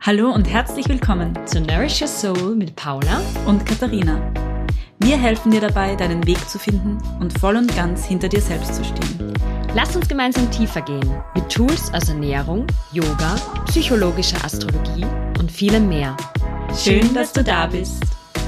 Hallo und herzlich willkommen zu Nourish Your Soul mit Paula und Katharina. Wir helfen dir dabei, deinen Weg zu finden und voll und ganz hinter dir selbst zu stehen. Lass uns gemeinsam tiefer gehen mit Tools aus Ernährung, Yoga, psychologischer Astrologie und vielem mehr. Schön, dass du da bist.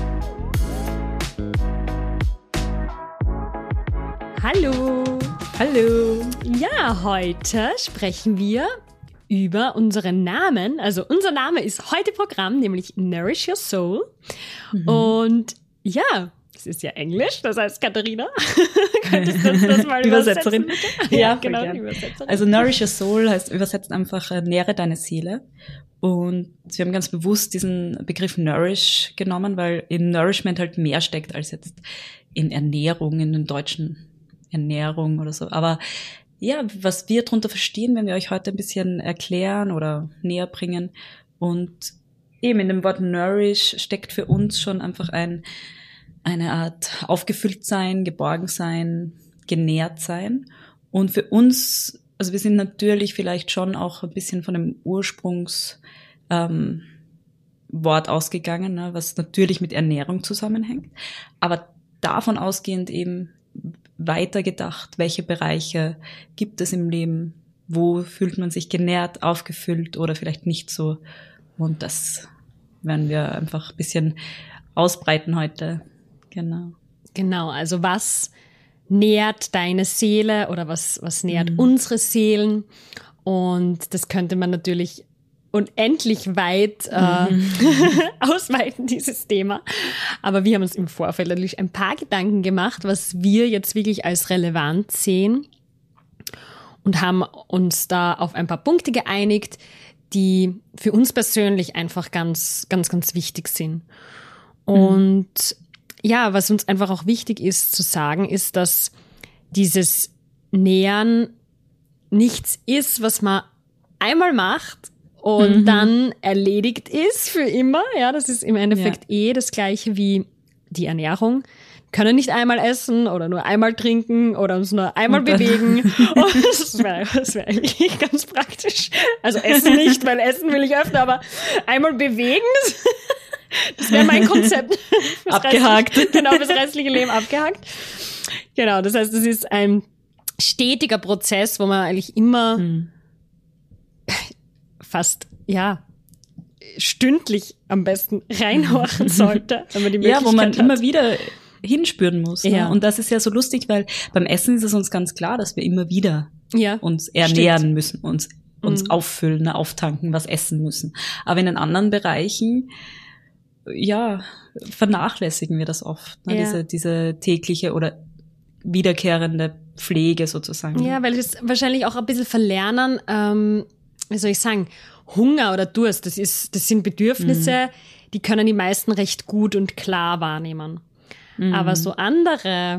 Hallo. Hallo. Ja, heute sprechen wir über unseren Namen. Also unser Name ist heute Programm, nämlich Nourish Your Soul. Und ja, es ist ja Englisch, das heißt Katharina, könntest du uns das mal Übersetzerin. Ja, genau, Übersetzerin. Also Nourish Your Soul heißt übersetzt einfach nähre deine Seele. Und wir haben ganz bewusst diesen Begriff Nourish genommen, weil in Nourishment halt mehr steckt als jetzt in Ernährung, in den deutschen Ernährung oder so. Aber ja, was wir darunter verstehen, wenn wir euch heute ein bisschen erklären oder näher bringen. Und eben in dem Wort Nourish steckt für uns schon einfach eine Art aufgefüllt sein, geborgen sein, genährt sein. Und für uns, also wir sind natürlich vielleicht schon auch ein bisschen von dem Ursprungswort ausgegangen, ne, was natürlich mit Ernährung zusammenhängt. Aber davon ausgehend eben weitergedacht, welche Bereiche gibt es im Leben, wo fühlt man sich genährt, aufgefüllt oder vielleicht nicht so. Und das werden wir einfach ein bisschen ausbreiten heute. Genau, also was nährt deine Seele oder was nährt unsere Seelen? Und das könnte man natürlich unendlich weit ausweiten, dieses Thema. Aber wir haben uns im Vorfeld natürlich ein paar Gedanken gemacht, was wir jetzt wirklich als relevant sehen und haben uns da auf ein paar Punkte geeinigt, die für uns persönlich einfach ganz, ganz, ganz wichtig sind. Und ja, was uns einfach auch wichtig ist zu sagen, ist, dass dieses Nähern nichts ist, was man einmal macht und dann erledigt ist für immer. Ja, das ist im Endeffekt das Gleiche wie die Ernährung. Wir können nicht einmal essen oder nur einmal trinken oder uns nur einmal bewegen. Und das wäre eigentlich ganz praktisch. Also essen nicht, weil essen will ich öfter, aber einmal bewegen, das wäre mein Konzept. Abgehakt. Fürs restliche Leben abgehakt. Genau, das heißt, es ist ein stetiger Prozess, wo man eigentlich immer fast, stündlich am besten reinhorchen sollte, wenn man die Möglichkeit wo man hat. immer wieder hinspüren muss. Ja. Ne? Und das ist ja so lustig, weil beim Essen ist es uns ganz klar, dass wir immer wieder uns ernähren müssen, uns auffüllen, ne, auftanken, was essen müssen. Aber in den anderen Bereichen, vernachlässigen wir das oft. Ne? Ja. Diese tägliche oder wiederkehrende Pflege sozusagen. Ja, weil wir es wahrscheinlich auch ein bisschen verlernen, wie soll ich sagen, Hunger oder Durst, das sind Bedürfnisse, die können die meisten recht gut und klar wahrnehmen. Aber so andere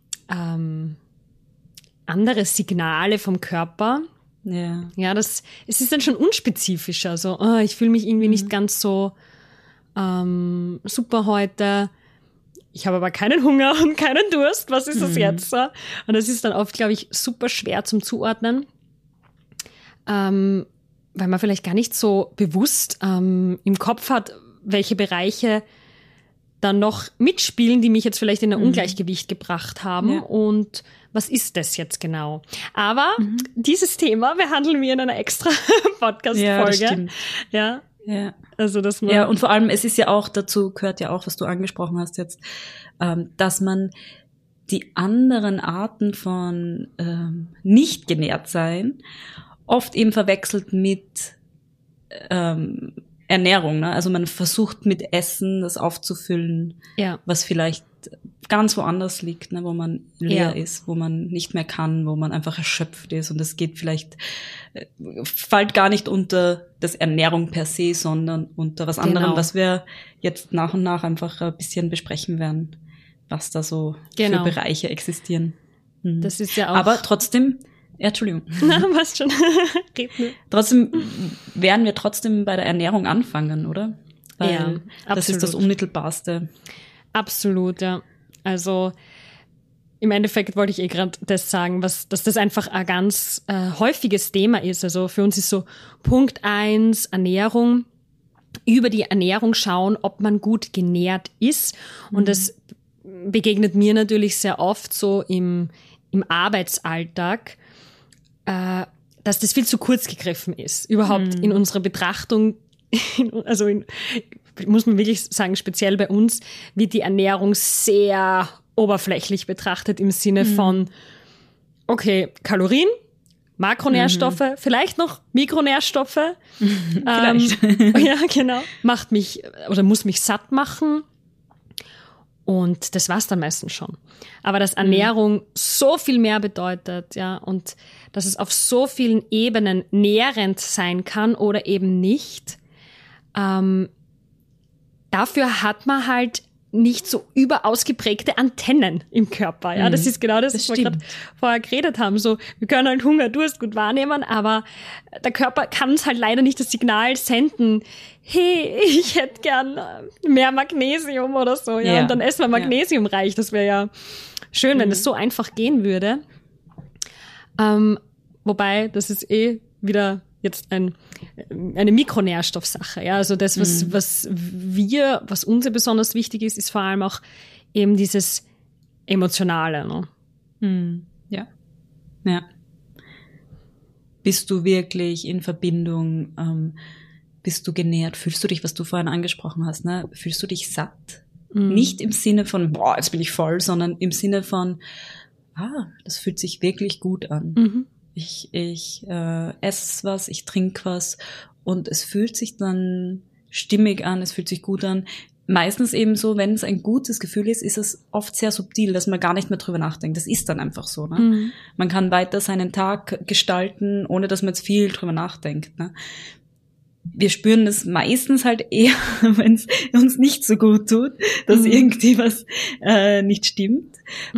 Signale vom Körper, es ist dann schon unspezifischer. So, ich fühle mich irgendwie nicht ganz so super heute. Ich habe aber keinen Hunger und keinen Durst. Was ist das jetzt? Und das ist dann oft, glaube ich, super schwer zum Zuordnen. Weil man vielleicht gar nicht so bewusst im Kopf hat, welche Bereiche dann noch mitspielen, die mich jetzt vielleicht in ein Ungleichgewicht gebracht haben. Ja. Und was ist das jetzt genau? Aber dieses Thema behandeln wir in einer extra Podcast-Folge. Ja, das stimmt. Ja. Also, dass man und vor allem, es ist ja auch, dazu gehört ja auch, was du angesprochen hast jetzt, dass man die anderen Arten von nicht genährt sein oft eben verwechselt mit Ernährung. Ne? Also man versucht mit Essen das aufzufüllen, was vielleicht ganz woanders liegt, ne? Wo man leer ist, wo man nicht mehr kann, wo man einfach erschöpft ist. Und das geht vielleicht, fällt gar nicht unter das Ernährung per se, sondern unter was anderem, was wir jetzt nach und nach einfach ein bisschen besprechen werden, was da so für Bereiche existieren. Das ist ja auch. Aber trotzdem, Entschuldigung. Na, was schon. Red nur. Trotzdem werden wir trotzdem bei der Ernährung anfangen, oder? Weil das ist das Unmittelbarste. Absolut, ja. Also im Endeffekt wollte ich gerade das sagen, dass das einfach ein ganz häufiges Thema ist. Also für uns ist so Punkt 1 Ernährung über die Ernährung schauen, ob man gut genährt ist. Und das begegnet mir natürlich sehr oft so im Arbeitsalltag, dass das viel zu kurz gegriffen ist, überhaupt in unserer Betrachtung, muss man wirklich sagen, speziell bei uns, wird die Ernährung sehr oberflächlich betrachtet im Sinne von, okay, Kalorien, Makronährstoffe, vielleicht noch Mikronährstoffe. Ja, genau. Macht mich oder muss mich satt machen. Und das war's dann meistens schon. Aber dass Ernährung so viel mehr bedeutet, ja, und dass es auf so vielen Ebenen nährend sein kann oder eben nicht, dafür hat man halt nicht so überaus geprägte Antennen im Körper. Ja, das ist genau das, was wir gerade vorher geredet haben. So, wir können halt Hunger, Durst gut wahrnehmen, aber der Körper kann uns halt leider nicht das Signal senden, hey, ich hätte gern mehr Magnesium oder so. Ja, und dann essen wir magnesiumreich. Das wäre ja schön, wenn das so einfach gehen würde. Wobei, das ist wieder jetzt eine Mikronährstoffsache. Ja, also das, was uns besonders wichtig ist, ist vor allem auch eben dieses Emotionale. Ne? Ja. Bist du wirklich in Verbindung, bist du genährt, fühlst du dich, was du vorhin angesprochen hast, ne? Fühlst du dich satt? Nicht im Sinne von, boah, jetzt bin ich voll, sondern im Sinne von, das fühlt sich wirklich gut an. Ich esse was, ich trinke was und es fühlt sich dann stimmig an, es fühlt sich gut an. Meistens eben so, wenn es ein gutes Gefühl ist, ist es oft sehr subtil, dass man gar nicht mehr drüber nachdenkt. Das ist dann einfach so. Ne? Man kann weiter seinen Tag gestalten, ohne dass man jetzt viel drüber nachdenkt. Ne? Wir spüren das meistens halt eher, wenn es uns nicht so gut tut, dass irgendwie was nicht stimmt.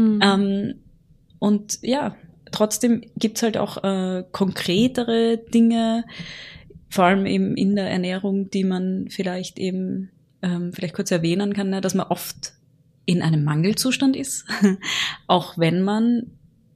Und ja, trotzdem gibt's halt auch konkretere Dinge, vor allem eben in der Ernährung, die man vielleicht eben vielleicht kurz erwähnen kann, ne, dass man oft in einem Mangelzustand ist, auch wenn man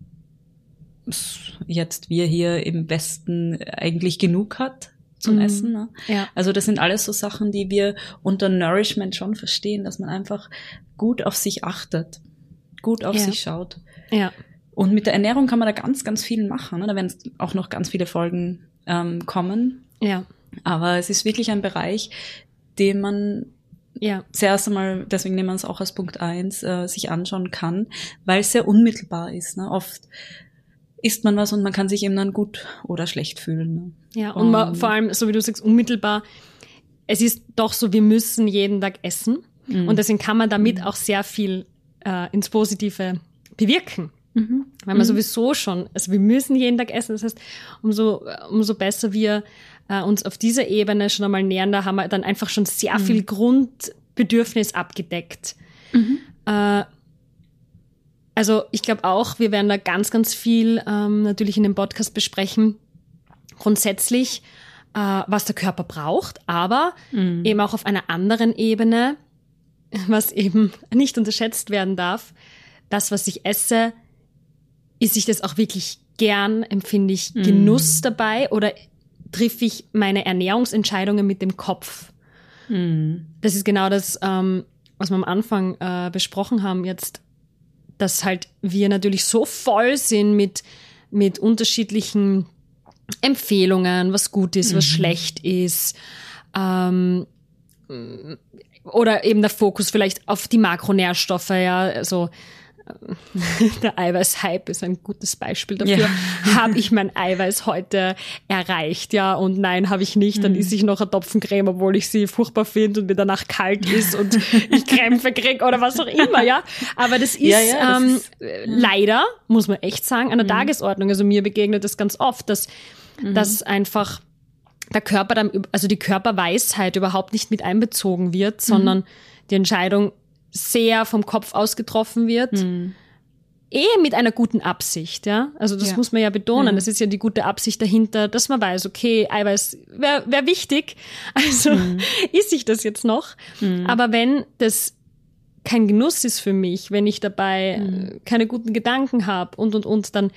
jetzt wir hier im Westen eigentlich genug hat zum Essen. Ne? Ja. Also das sind alles so Sachen, die wir unter Nourishment schon verstehen, dass man einfach gut auf sich achtet, gut auf sich schaut. Ja. Und mit der Ernährung kann man da ganz, ganz viel machen. Ne? Da werden auch noch ganz viele Folgen kommen. Ja. Aber es ist wirklich ein Bereich, den man zuerst einmal, deswegen nehmen wir es auch als Punkt 1, sich anschauen kann, weil es sehr unmittelbar ist. Ne? Oft isst man was und man kann sich eben dann gut oder schlecht fühlen. Ne? Ja, und vor allem, so wie du sagst, unmittelbar, es ist doch so, wir müssen jeden Tag essen. Und deswegen kann man damit auch sehr viel ins Positive bewirken. Weil man sowieso schon, also wir müssen jeden Tag essen, das heißt, umso besser wir uns auf dieser Ebene schon einmal nähern, da haben wir dann einfach schon sehr viel Grundbedürfnis abgedeckt. Also ich glaube auch, wir werden da ganz, ganz viel natürlich in dem Podcast besprechen, grundsätzlich, was der Körper braucht, aber eben auch auf einer anderen Ebene, was eben nicht unterschätzt werden darf, das, was ich esse, ist ich das auch wirklich gern, empfinde ich Genuss dabei oder triff ich meine Ernährungsentscheidungen mit dem Kopf? Das ist genau das, was wir am Anfang besprochen haben jetzt, dass halt wir natürlich so voll sind mit unterschiedlichen Empfehlungen, was gut ist, was schlecht ist, oder eben der Fokus vielleicht auf die Makronährstoffe, ja, also der Eiweiß-Hype ist ein gutes Beispiel dafür. Ja. Habe ich mein Eiweiß heute erreicht? Ja, und nein, habe ich nicht. Dann esse ich noch eine Topfencreme, obwohl ich sie furchtbar finde und mir danach kalt ist und ich Krämpfe kriege oder was auch immer, ja. Aber das ist, leider, muss man echt sagen, an der Tagesordnung. Also mir begegnet das ganz oft, dass einfach der Körper dann, also die Körperweisheit überhaupt nicht mit einbezogen wird, sondern die Entscheidung sehr vom Kopf aus getroffen wird, mit einer guten Absicht, ja. Also das muss man ja betonen, das ist ja die gute Absicht dahinter, dass man weiß, okay, Eiweiß wäre wichtig, also esse ich das jetzt noch. Aber wenn das kein Genuss ist für mich, wenn ich dabei keine guten Gedanken habe und, dann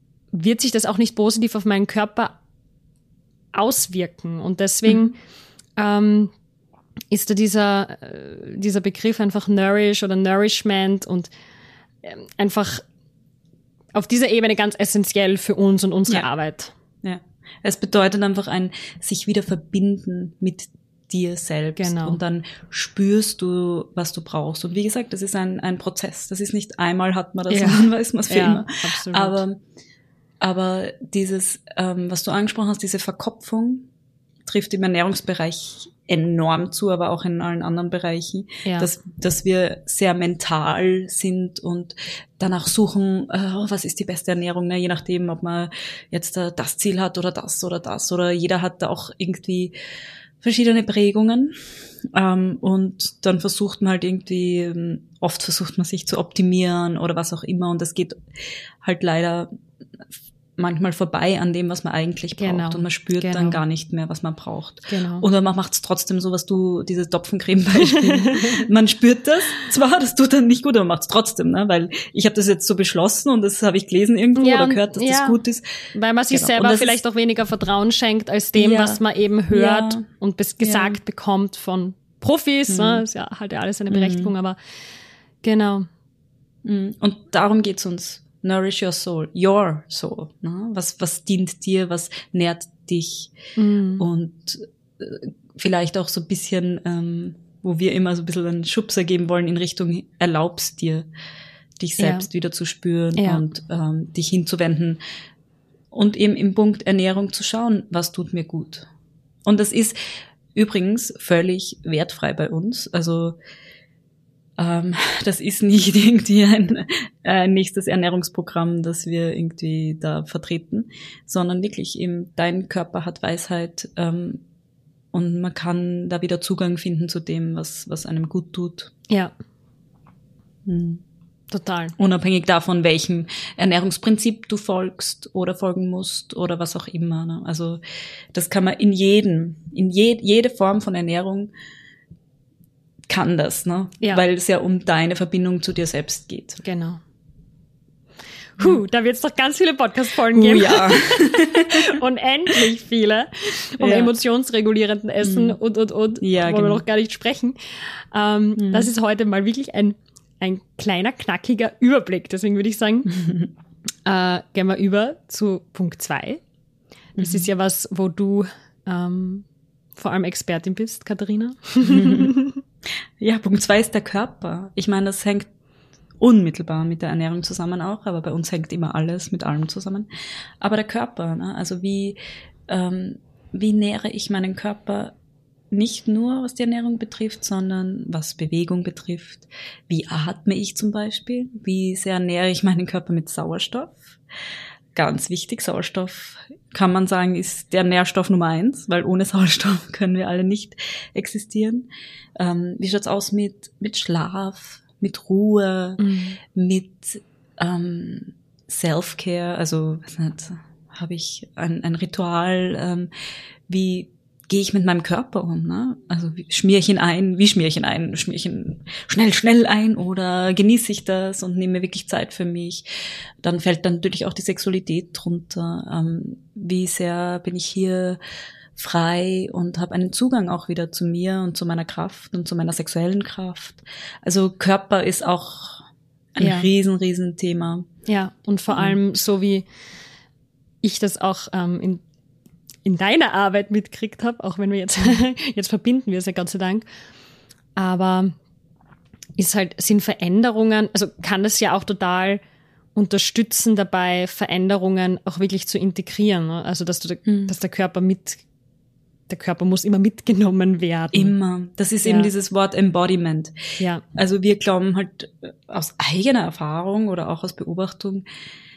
wird sich das auch nicht positiv auf meinen Körper auswirken. Und deswegen ist da dieser Begriff einfach Nourish oder Nourishment und einfach auf dieser Ebene ganz essentiell für uns und unsere Arbeit. Ja, es bedeutet einfach sich wieder verbinden mit dir selbst. Genau. Und dann spürst du, was du brauchst. Und wie gesagt, das ist ein Prozess. Das ist nicht einmal hat man das und dann weiß man es für immer. Absolut. Aber dieses, was du angesprochen hast, diese Verkopfung trifft im Ernährungsbereich enorm zu, aber auch in allen anderen Bereichen, dass wir sehr mental sind und danach suchen, was ist die beste Ernährung, ne? Je nachdem, ob man jetzt das Ziel hat oder das oder jeder hat da auch irgendwie verschiedene Prägungen, und dann versucht man halt irgendwie, oft versucht man sich zu optimieren oder was auch immer, und das geht halt leider manchmal vorbei an dem, was man eigentlich braucht, und man spürt dann gar nicht mehr, was man braucht. Oder man macht es trotzdem so, was du, dieses Topfencreme-Beispiel, man spürt das zwar, das tut dann nicht gut, aber man macht es trotzdem, ne? Weil ich habe das jetzt so beschlossen und das habe ich gelesen irgendwo oder gehört, dass das gut ist. Weil man sich selber vielleicht auch weniger Vertrauen schenkt als dem, was man eben hört und gesagt bekommt von Profis. Ne? Das ist ja halt alles eine Berechtigung, aber genau. Und darum geht's uns. Nourish your soul. Ne? Was dient dir, was nährt dich? Und vielleicht auch so ein bisschen, wo wir immer so ein bisschen einen Schubser geben wollen in Richtung, erlaubst dir, dich selbst wieder zu spüren und dich hinzuwenden. Und eben im Punkt Ernährung zu schauen, was tut mir gut. Und das ist übrigens völlig wertfrei bei uns. Also das ist nicht irgendwie ein nächstes Ernährungsprogramm, das wir irgendwie da vertreten, sondern wirklich eben dein Körper hat Weisheit, und man kann da wieder Zugang finden zu dem, was einem gut tut. Ja. Total. Unabhängig davon, welchem Ernährungsprinzip du folgst oder folgen musst oder was auch immer. Ne? Also das kann man jede Form von Ernährung kann das, ne? Ja. Weil es ja um deine Verbindung zu dir selbst geht. Genau. Da wird es doch ganz viele Podcast-Folgen geben. Ja. Unendlich viele. Emotionsregulierenden Essen und. Ja, wollen wir noch gar nicht sprechen. Das ist heute mal wirklich ein kleiner, knackiger Überblick. Deswegen würde ich sagen, gehen wir über zu Punkt 2. Das ist ja was, wo du vor allem Expertin bist, Katharina. Ja, Punkt 2 ist der Körper. Ich meine, das hängt unmittelbar mit der Ernährung zusammen auch, aber bei uns hängt immer alles mit allem zusammen. Aber der Körper, ne? Also wie nähre ich meinen Körper nicht nur, was die Ernährung betrifft, sondern was Bewegung betrifft. Wie atme ich zum Beispiel? Wie sehr nähre ich meinen Körper mit Sauerstoff? Ganz wichtig, Sauerstoff, kann man sagen, ist der Nährstoff Nummer 1, weil ohne Sauerstoff können wir alle nicht existieren. Wie schaut's aus mit Schlaf, mit Ruhe, mit Self-Care? Also, weiß nicht, habe ich ein Ritual? Wie gehe ich mit meinem Körper um? Ne? Also wie schmiere ich ihn ein? Schmiere ich ihn schnell ein oder genieße ich das und nehme mir wirklich Zeit für mich? Dann fällt dann natürlich auch die Sexualität drunter. Wie sehr bin ich hier frei und habe einen Zugang auch wieder zu mir und zu meiner Kraft und zu meiner sexuellen Kraft. Also Körper ist auch ein riesen Thema. Ja, und vor allem so wie ich das auch in deiner Arbeit mitkriegt habe, auch wenn wir jetzt verbinden wir es ja Gott sei Dank, aber sind Veränderungen, also kann es ja auch total unterstützen dabei, Veränderungen auch wirklich zu integrieren, ne? Also dass der Körper muss immer mitgenommen werden. Immer. Das ist eben dieses Wort Embodiment. Ja. Also wir glauben halt aus eigener Erfahrung oder auch aus Beobachtung,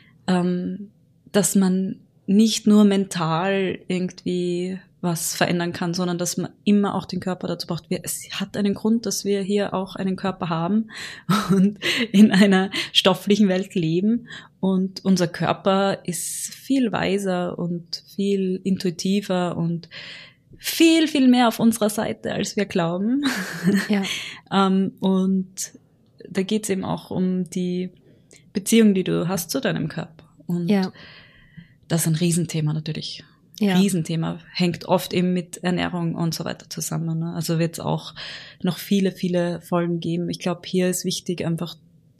dass man nicht nur mental irgendwie was verändern kann, sondern dass man immer auch den Körper dazu braucht. Es hat einen Grund, dass wir hier auch einen Körper haben und in einer stofflichen Welt leben. Und unser Körper ist viel weiser und viel intuitiver und viel mehr auf unserer Seite, als wir glauben. Ja. Und da geht es eben auch um die Beziehung, die du hast zu deinem Körper. Und das ist ein Riesenthema natürlich. Riesenthema, hängt oft eben mit Ernährung und so weiter zusammen. Ne? Also wird es auch noch viele, viele Folgen geben. Ich glaube, hier ist wichtig, einfach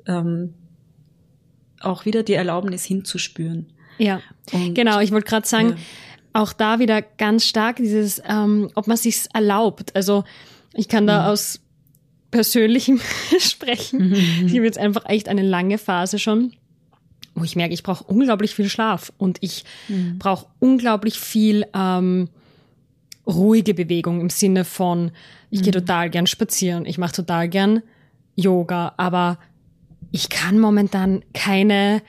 auch wieder die Erlaubnis hinzuspüren. Ja, und, genau. Ich wollte gerade sagen, auch da wieder ganz stark dieses, ob man sich's erlaubt. Also ich kann da aus Persönlichem sprechen. Ich habe jetzt einfach echt eine lange Phase schon, wo ich merke, ich brauche unglaublich viel Schlaf und ich brauche unglaublich viel ruhige Bewegung im Sinne von, ich gehe total gern spazieren, ich mache total gern Yoga, aber ich kann momentan keine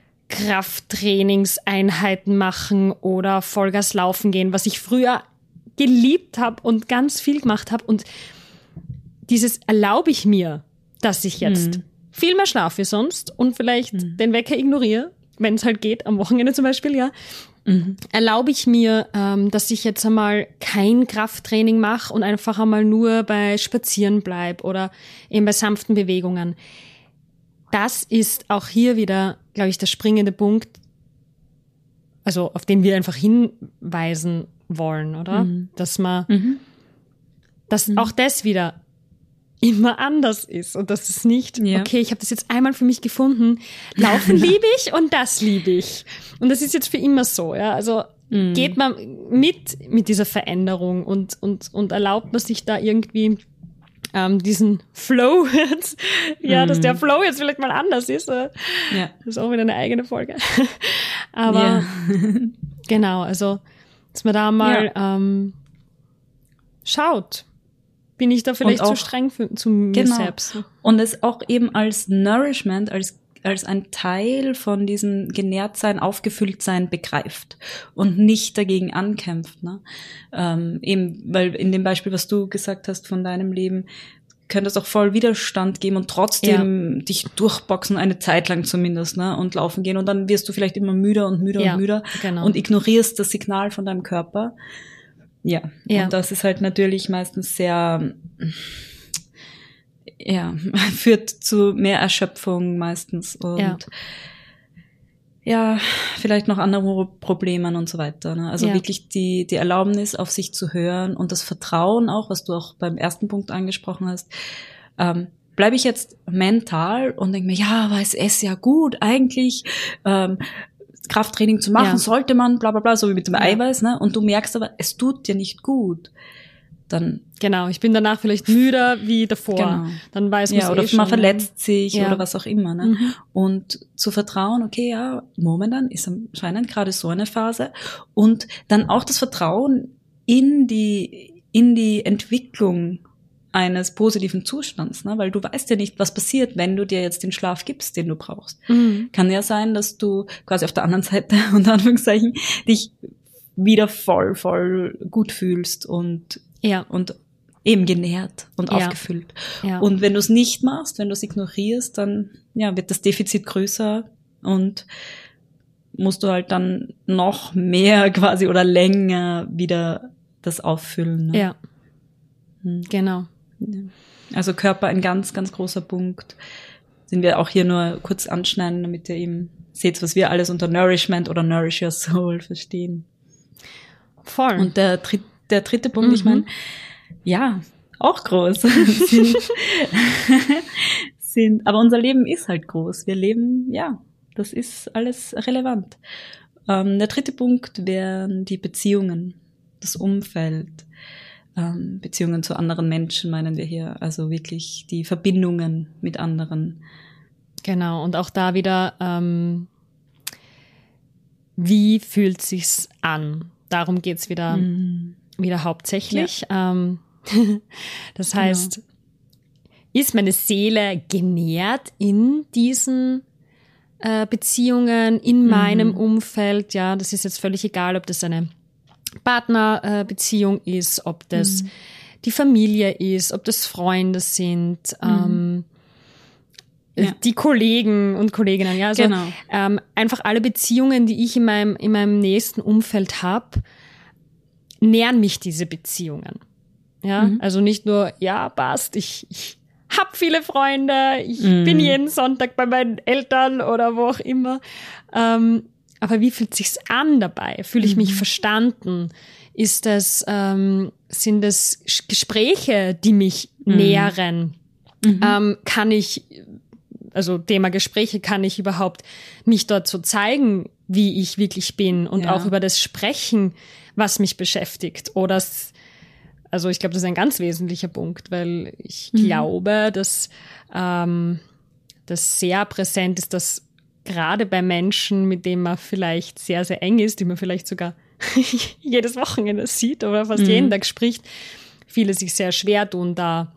Krafttrainingseinheiten machen oder Vollgas laufen gehen, was ich früher geliebt habe und ganz viel gemacht habe. Und dieses erlaube ich mir, dass ich jetzt viel mehr schlafe wie sonst und vielleicht den Wecker ignoriere, wenn es halt geht, am Wochenende zum Beispiel, ja. Erlaube ich mir, dass ich jetzt einmal kein Krafttraining mache und einfach einmal nur bei Spazieren bleib oder eben bei sanften Bewegungen. Das ist auch hier wieder, glaube ich, der springende Punkt, also auf den wir einfach hinweisen wollen, oder? Dass man, dass auch das wieder immer anders ist und dass es nicht, okay, ich habe das jetzt einmal für mich gefunden, Laufen liebe ich und das liebe ich. Und das ist jetzt für immer so, ja. Also geht man mit dieser Veränderung und erlaubt man sich da irgendwie diesen Flow jetzt, dass der Flow jetzt vielleicht mal anders ist. Das ist auch wieder eine eigene Folge. Aber genau, also dass man da mal schaut, bin ich da vielleicht zu streng zu mir selbst. Und es auch eben als Nourishment, als ein Teil von diesem Genährtsein, Aufgefülltsein begreift und nicht dagegen ankämpft. Ne? Eben, weil in dem Beispiel, was du gesagt hast von deinem Leben, könnte es auch voll Widerstand geben und trotzdem dich durchboxen, eine Zeit lang zumindest, ne? Und laufen gehen. Und dann wirst du vielleicht immer müder und müder und müder und ignorierst das Signal von deinem Körper. Ja, und das ist halt natürlich meistens sehr, führt zu mehr Erschöpfung meistens und vielleicht noch andere Problemen und so weiter. Ne? Also wirklich die Erlaubnis, auf sich zu hören und das Vertrauen auch, was du auch beim ersten Punkt angesprochen hast. Bleibe ich jetzt mental und denke mir, aber es ist ja gut eigentlich, Krafttraining zu machen, sollte man, bla bla bla, so wie mit dem Eiweiß, ne? Und du merkst aber, es tut dir nicht gut. Dann genau, ich bin danach vielleicht müder wie davor. Genau. Dann weiß man oder schon, man verletzt sich oder was auch immer. Ne? Und zu vertrauen, okay, momentan ist anscheinend gerade so eine Phase. Und dann auch das Vertrauen in die Entwicklung eines positiven Zustands, ne? Weil du weißt ja nicht, was passiert, wenn du dir jetzt den Schlaf gibst, den du brauchst. Kann ja sein, dass du quasi auf der anderen Seite, unter Anführungszeichen, dich wieder voll gut fühlst und eben genährt und aufgefüllt. Ja. Und wenn du es nicht machst, wenn du es ignorierst, dann wird das Defizit größer und musst du halt dann noch mehr quasi oder länger wieder das auffüllen. Ne? Ja, genau. Also Körper ein ganz, ganz großer Punkt. Den wir auch hier nur kurz anschneiden, damit ihr eben seht, was wir alles unter Nourishment oder Nourish Your Soul verstehen. Voll. Und der dritte Punkt, ich meine, auch groß. Aber unser Leben ist halt groß. Wir leben, das ist alles relevant. Der dritte Punkt wären die Beziehungen, das Umfeld, Beziehungen zu anderen Menschen meinen wir hier, also wirklich die Verbindungen mit anderen. Genau, und auch da wieder, wie fühlt sich's an? Darum geht's wieder hauptsächlich. Das heißt, ist meine Seele genährt in diesen Beziehungen, in meinem Umfeld? Ja, das ist jetzt völlig egal, ob das eine Partnerbeziehung ist, ob das die Familie ist, ob das Freunde sind, die Kollegen und Kolleginnen. Ja, also einfach alle Beziehungen, die ich in meinem nächsten Umfeld habe, nähern mich diese Beziehungen. Ja, also nicht nur, passt, ich habe viele Freunde, ich bin jeden Sonntag bei meinen Eltern oder wo auch immer. aber wie fühlt sich's an dabei? Fühle ich mich verstanden? Sind das Gespräche, die mich nähren? Kann ich, also Thema Gespräche, kann ich überhaupt mich dort so zeigen, wie ich wirklich bin und auch über das Sprechen, was mich beschäftigt? Oder also ich glaube, das ist ein ganz wesentlicher Punkt, weil ich glaube, dass das sehr präsent ist, dass gerade bei Menschen, mit denen man vielleicht sehr, sehr eng ist, die man vielleicht sogar jedes Wochenende sieht oder fast jeden Tag spricht, viele sich sehr schwer tun, da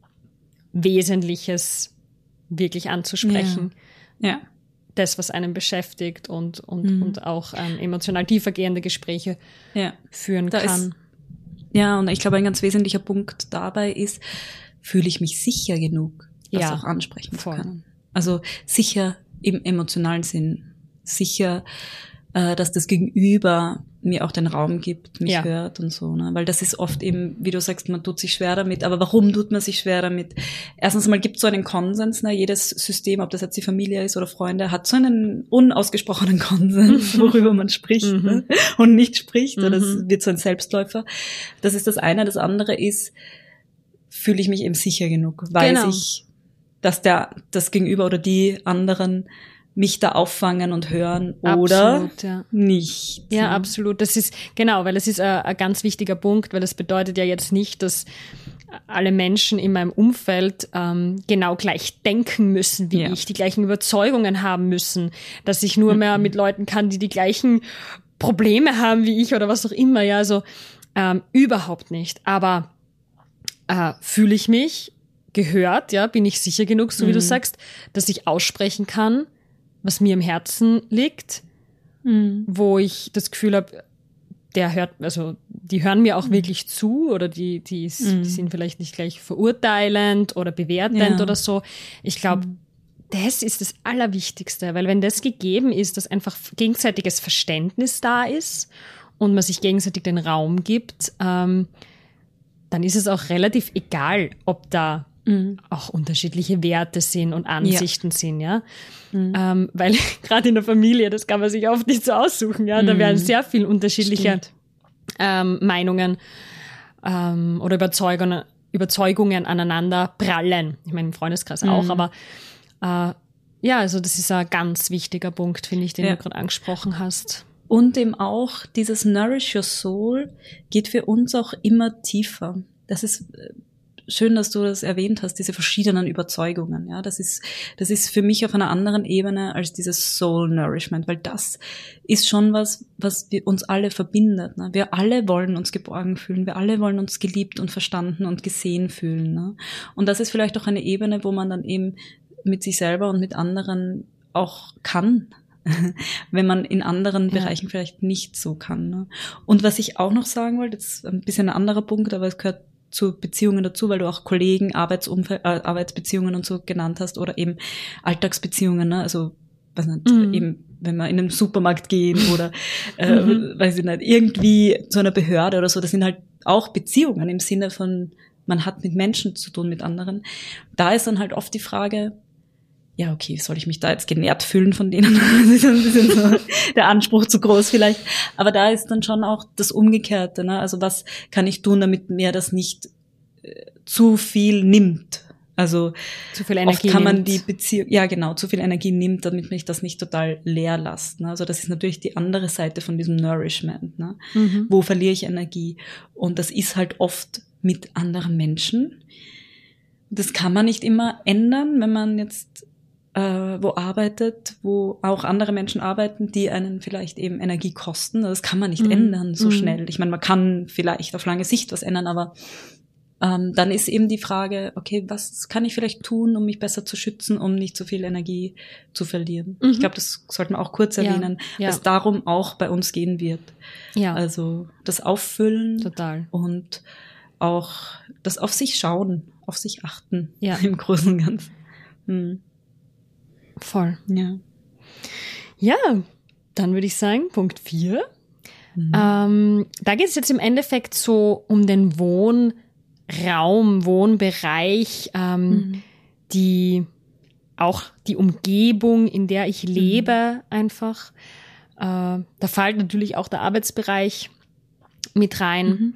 Wesentliches wirklich anzusprechen. Ja. Das, was einen beschäftigt und auch emotional tiefergehende Gespräche führen kann. Und ich glaube, ein ganz wesentlicher Punkt dabei ist, fühle ich mich sicher genug, das auch ansprechen zu können. Also sicher im emotionalen Sinn, sicher, dass das Gegenüber mir auch den Raum gibt, mich hört und so, ne? Weil das ist oft eben, wie du sagst, man tut sich schwer damit, aber warum tut man sich schwer damit? Erstens mal gibt es so einen Konsens, ne? Jedes System, ob das jetzt die Familie ist oder Freunde, hat so einen unausgesprochenen Konsens, worüber man spricht ne? Und nicht spricht, oder es wird so ein Selbstläufer. Das ist das eine. Das andere ist, fühle ich mich eben sicher genug? Weiß ich, dass das Gegenüber oder die anderen mich da auffangen und hören oder nicht. Ja, absolut. Das ist, genau, weil es ist ein ganz wichtiger Punkt, weil das bedeutet ja jetzt nicht, dass alle Menschen in meinem Umfeld genau gleich denken müssen wie ich, die gleichen Überzeugungen haben müssen, dass ich nur mehr mit Leuten kann, die gleichen Probleme haben wie ich oder was auch immer. Ja, also überhaupt nicht. Aber fühle ich mich gehört, ja, bin ich sicher genug, so wie du sagst, dass ich aussprechen kann, was mir im Herzen liegt, wo ich das Gefühl habe, die hören mir auch wirklich zu oder die sind vielleicht nicht gleich verurteilend oder bewertend oder so. Ich glaube, das ist das Allerwichtigste, weil wenn das gegeben ist, dass einfach gegenseitiges Verständnis da ist und man sich gegenseitig den Raum gibt, dann ist es auch relativ egal, ob da auch unterschiedliche Werte sind und Ansichten sind, ja. Weil gerade in der Familie, das kann man sich oft nicht so aussuchen, ja. Da werden sehr viel unterschiedliche Meinungen oder Überzeugungen aneinander prallen. Ich meine, im Freundeskreis auch, aber also das ist ein ganz wichtiger Punkt, finde ich, den du gerade angesprochen hast. Und eben auch dieses Nourish Your Soul geht für uns auch immer tiefer. Das ist schön, dass du das erwähnt hast, diese verschiedenen Überzeugungen. Ja, das ist für mich auf einer anderen Ebene als dieses Soul Nourishment, weil das ist schon was wir uns alle verbindet. Ne? Wir alle wollen uns geborgen fühlen, wir alle wollen uns geliebt und verstanden und gesehen fühlen. Ne? Und das ist vielleicht auch eine Ebene, wo man dann eben mit sich selber und mit anderen auch kann, wenn man in anderen Bereichen vielleicht nicht so kann. Ne? Und was ich auch noch sagen wollte, das ist ein bisschen ein anderer Punkt, aber es gehört zu Beziehungen dazu, weil du auch Kollegen, Arbeitsbeziehungen und so genannt hast oder eben Alltagsbeziehungen, ne? Also weiß nicht, eben wenn wir in den Supermarkt gehen oder weiß ich nicht, irgendwie zu einer Behörde oder so, das sind halt auch Beziehungen im Sinne von, man hat mit Menschen zu tun, mit anderen. Da ist dann halt oft die Frage, ja, okay, soll ich mich da jetzt genährt fühlen von denen? Das ist ein bisschen so der Anspruch zu groß vielleicht. Aber da ist dann schon auch das Umgekehrte, ne? Also was kann ich tun, damit mir das nicht zu viel nimmt? Also zu viel Energie oft kann man nimmt. die Beziehung, ja genau, zu viel Energie nimmt, damit mich das nicht total leer lässt. Ne? Also das ist natürlich die andere Seite von diesem Nourishment. Ne? Wo verliere ich Energie? Und das ist halt oft mit anderen Menschen. Das kann man nicht immer ändern, wenn man jetzt wo arbeitet, wo auch andere Menschen arbeiten, die einen vielleicht eben Energie kosten. Das kann man nicht ändern so schnell. Ich meine, man kann vielleicht auf lange Sicht was ändern, aber dann ist eben die Frage, okay, was kann ich vielleicht tun, um mich besser zu schützen, um nicht so viel Energie zu verlieren? Ich glaube, das sollten wir auch kurz erwähnen, dass darum auch bei uns gehen wird. Ja. Also das Auffüllen Total. Und auch das auf sich schauen, auf sich achten im Großen und Ganzen. Voll. Ja. Ja, dann würde ich sagen, Punkt 4. Da geht es jetzt im Endeffekt so um den Wohnraum, Wohnbereich, die Umgebung, in der ich lebe, einfach. Da fällt natürlich auch der Arbeitsbereich mit rein.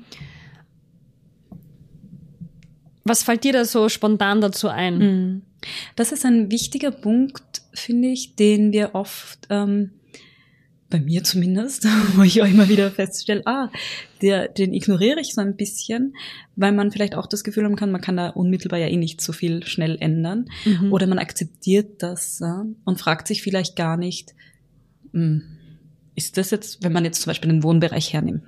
Was fällt dir da so spontan dazu ein? Das ist ein wichtiger Punkt, finde ich, den wir oft, bei mir zumindest, wo ich auch immer wieder feststelle, den ignoriere ich so ein bisschen, weil man vielleicht auch das Gefühl haben kann, man kann da unmittelbar ja eh nicht so viel schnell ändern. Oder man akzeptiert das und fragt sich vielleicht gar nicht, ist das jetzt, wenn man jetzt zum Beispiel den Wohnbereich hernimmt,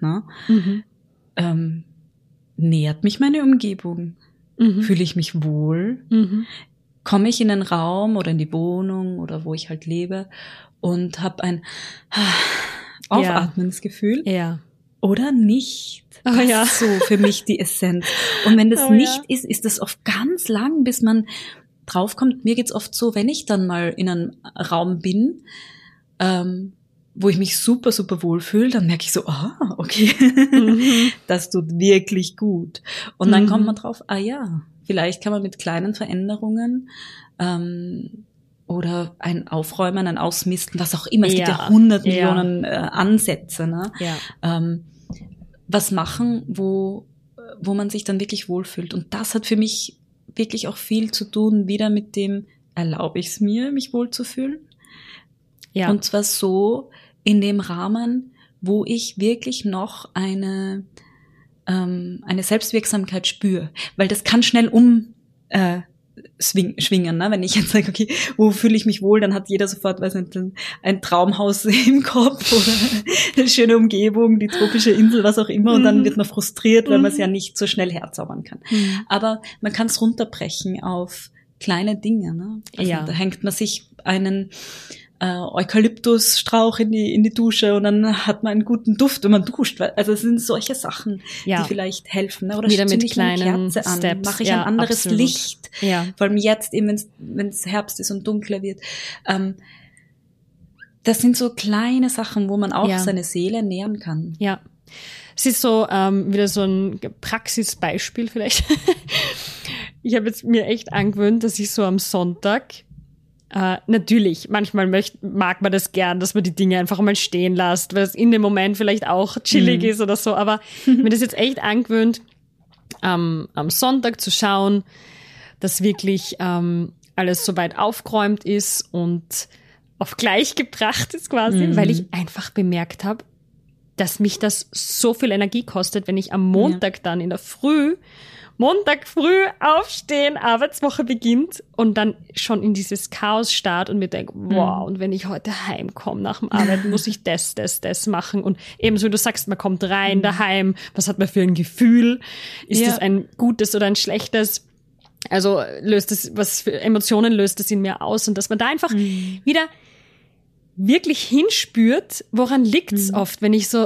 nährt mich meine Umgebung? Fühle ich mich wohl? Komme ich in den Raum oder in die Wohnung oder wo ich halt lebe und habe ein Aufatmensgefühl? Ja. Oder nicht? Das ist so für mich die Essenz. Und wenn das nicht ist, ist das oft ganz lang, bis man draufkommt. Mir geht's oft so, wenn ich dann mal in einem Raum bin, wo ich mich super, super wohl fühle, dann merke ich so, okay, das tut wirklich gut. Und dann kommt man drauf, vielleicht kann man mit kleinen Veränderungen oder ein Aufräumen, ein Ausmisten, was auch immer, es gibt ja 100 Millionen Ansätze, ne? Was machen, wo man sich dann wirklich wohlfühlt. Und das hat für mich wirklich auch viel zu tun, wieder mit dem, erlaube ich es mir, mich wohlzufühlen? Ja. Und zwar so in dem Rahmen, wo ich wirklich noch eine Selbstwirksamkeit spüre. Weil das kann schnell schwingen, ne? Wenn ich jetzt sage, okay, wo fühle ich mich wohl, dann hat jeder sofort, weiß nicht, ein Traumhaus im Kopf oder eine schöne Umgebung, die tropische Insel, was auch immer, und dann wird man frustriert, weil man es ja nicht so schnell herzaubern kann. Aber man kann es runterbrechen auf kleine Dinge, ne? Also da hängt man sich einen Eukalyptusstrauch in die Dusche und dann hat man einen guten Duft, wenn man duscht. Also es sind solche Sachen, die vielleicht helfen. Ne? Oder wieder zünde mit ich eine kleinen Kerze an, Steps. mache ich ein anderes absolut. Licht. Ja. Vor allem jetzt eben, wenn es Herbst ist und dunkler wird. Das sind so kleine Sachen, wo man auch seine Seele nähern kann. Ja. Es ist so wieder so ein Praxisbeispiel vielleicht. Ich habe jetzt mir echt angewöhnt, dass ich so am Sonntag natürlich, manchmal mag man das gern, dass man die Dinge einfach mal stehen lässt, weil es in dem Moment vielleicht auch chillig ist oder so, aber mir das jetzt echt angewöhnt, am Sonntag zu schauen, dass wirklich alles soweit aufgeräumt ist und auf gleich gebracht ist quasi, weil ich einfach bemerkt habe, dass mich das so viel Energie kostet, wenn ich am Montag dann in der Montag früh aufstehen, Arbeitswoche beginnt und dann schon in dieses Chaos start und mir denke, wow, und wenn ich heute heimkomme nach dem Arbeiten, muss ich das machen. Und ebenso wie du sagst, man kommt rein daheim, was hat man für ein Gefühl? Ist das ein gutes oder ein schlechtes? Also was für Emotionen löst das in mir aus? Und dass man da einfach wieder wirklich hinspürt, woran liegt's oft, wenn ich so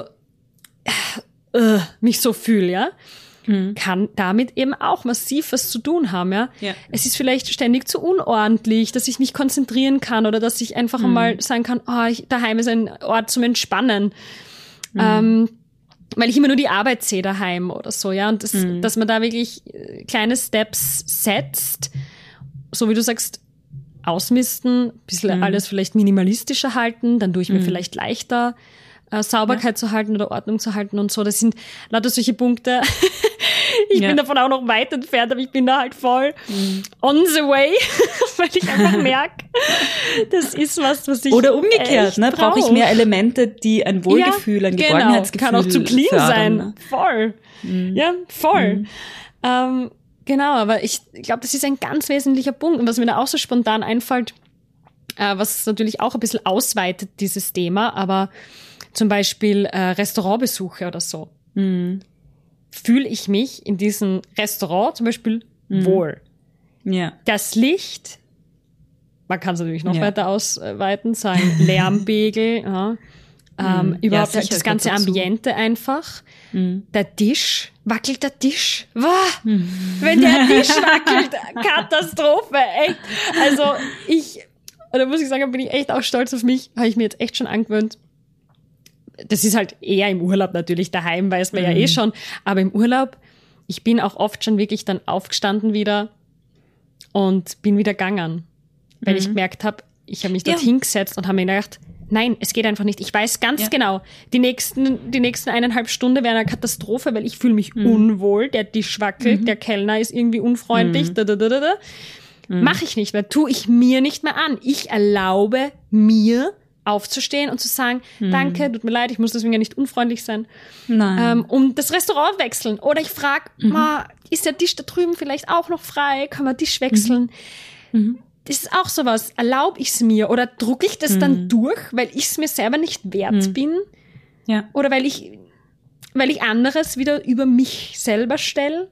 mich so fühle, ja? Kann damit eben auch massiv was zu tun haben, ja. Es ist vielleicht ständig zu unordentlich, dass ich mich konzentrieren kann oder dass ich einfach einmal sagen kann, daheim ist ein Ort zum Entspannen. Weil ich immer nur die Arbeit sehe daheim oder so, ja. Und dass man da wirklich kleine Steps setzt, so wie du sagst, ausmisten, ein bisschen alles vielleicht minimalistischer halten, dann tue ich mir vielleicht leichter, Sauberkeit zu halten oder Ordnung zu halten und so. Das sind lauter solche Punkte. Ich bin davon auch noch weit entfernt, aber ich bin da halt voll on the way, weil ich einfach merke, das ist was ich oder umgekehrt, ne? Brauche ich mehr Elemente, die ein Wohlgefühl, ein Geborgenheitsgefühl kann auch zu clean fördern, sein. Ne? Voll. Ja, voll. Genau, aber ich glaube, das ist ein ganz wesentlicher Punkt. Und was mir da auch so spontan einfällt, was natürlich auch ein bisschen ausweitet, dieses Thema, aber zum Beispiel Restaurantbesuche oder so. Fühle ich mich in diesem Restaurant zum Beispiel wohl. Ja. Das Licht, man kann es natürlich noch weiter ausweiten, sagen Lärmpegel, überhaupt das ganze Ambiente einfach. Der Tisch, wackelt der Tisch? Wenn der Tisch wackelt, Katastrophe, echt. Also da muss ich sagen, da bin ich echt auch stolz auf mich, habe ich mir jetzt echt schon angewöhnt. Das ist halt eher im Urlaub natürlich, daheim weiß man ja eh schon, aber im Urlaub, ich bin auch oft schon wirklich dann aufgestanden wieder und bin wieder gegangen, weil ich gemerkt habe, ich habe mich dort hingesetzt und habe mir gedacht, Nein, es geht einfach nicht. Ich weiß ganz genau, die nächsten 1,5 Stunden wären eine Katastrophe, weil ich fühle mich unwohl, der Tisch wackelt, der Kellner ist irgendwie unfreundlich, Mache ich nicht mehr, tue ich mir nicht mehr an. Ich erlaube mir, aufzustehen und zu sagen, danke, tut mir leid, ich muss deswegen ja nicht unfreundlich sein. Nein. Und das Restaurant wechseln. Oder ich frage, ist der Tisch da drüben vielleicht auch noch frei? Kann man Tisch wechseln? Das ist auch sowas. Erlaube ich es mir? Oder drucke ich das dann durch, weil ich es mir selber nicht wert bin? Ja. Oder weil ich anderes wieder über mich selber stelle?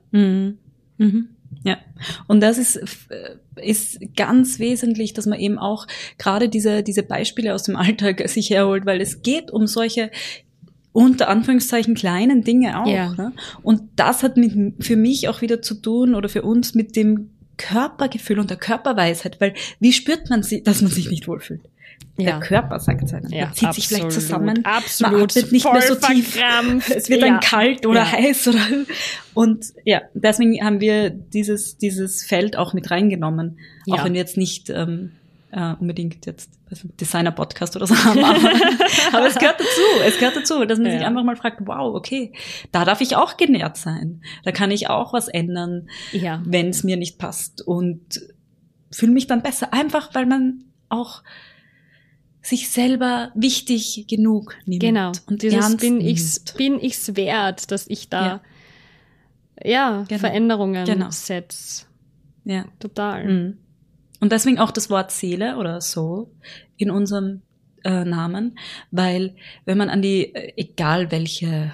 Ja, und das ist ganz wesentlich, dass man eben auch gerade diese Beispiele aus dem Alltag sich herholt, weil es geht um solche unter Anführungszeichen kleinen Dinge auch. Ja. Ne? Und das hat für mich auch wieder zu tun oder für uns mit dem Körpergefühl und der Körperweisheit, weil wie spürt man dass man sich nicht wohlfühlt? Der Körper sagt es einem. Ja, Er zieht sich vielleicht zusammen. Absolut. Man atmet nicht mehr so tief. Verkrampft. Es wird dann kalt oder heiß oder, und ja, deswegen haben wir dieses Feld auch mit reingenommen. Ja. Auch wenn wir jetzt nicht, unbedingt jetzt Designer-Podcast oder so haben, aber es gehört dazu, dass man sich einfach mal fragt, wow, okay, da darf ich auch genährt sein. Da kann ich auch was ändern, wenn es mir nicht passt und fühle mich dann besser. Einfach, weil man auch sich selber wichtig genug nimmt. Genau. Und dieses bin ich's wert, dass ich da Veränderungen setze. Ja. Total. Und deswegen auch das Wort Seele oder Soul in unserem Namen, weil wenn man an die, egal welche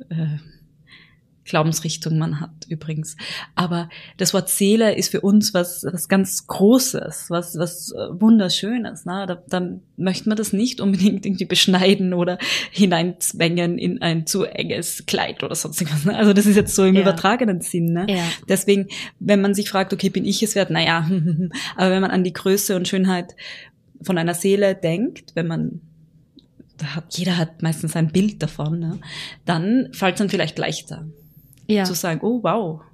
Glaubensrichtung man hat übrigens, aber das Wort Seele ist für uns was ganz Großes, was Wunderschönes. Ne? Da möchte man das nicht unbedingt irgendwie beschneiden oder hineinzwängen in ein zu enges Kleid oder sonst irgendwas. Ne? Also das ist jetzt so im übertragenen Sinn. Ne? Ja. Deswegen, wenn man sich fragt, okay, bin ich es wert? Naja, aber wenn man an die Größe und Schönheit von einer Seele denkt, jeder hat meistens ein Bild davon, ne? Dann fällt es dann vielleicht leichter. Zu sagen, oh wow,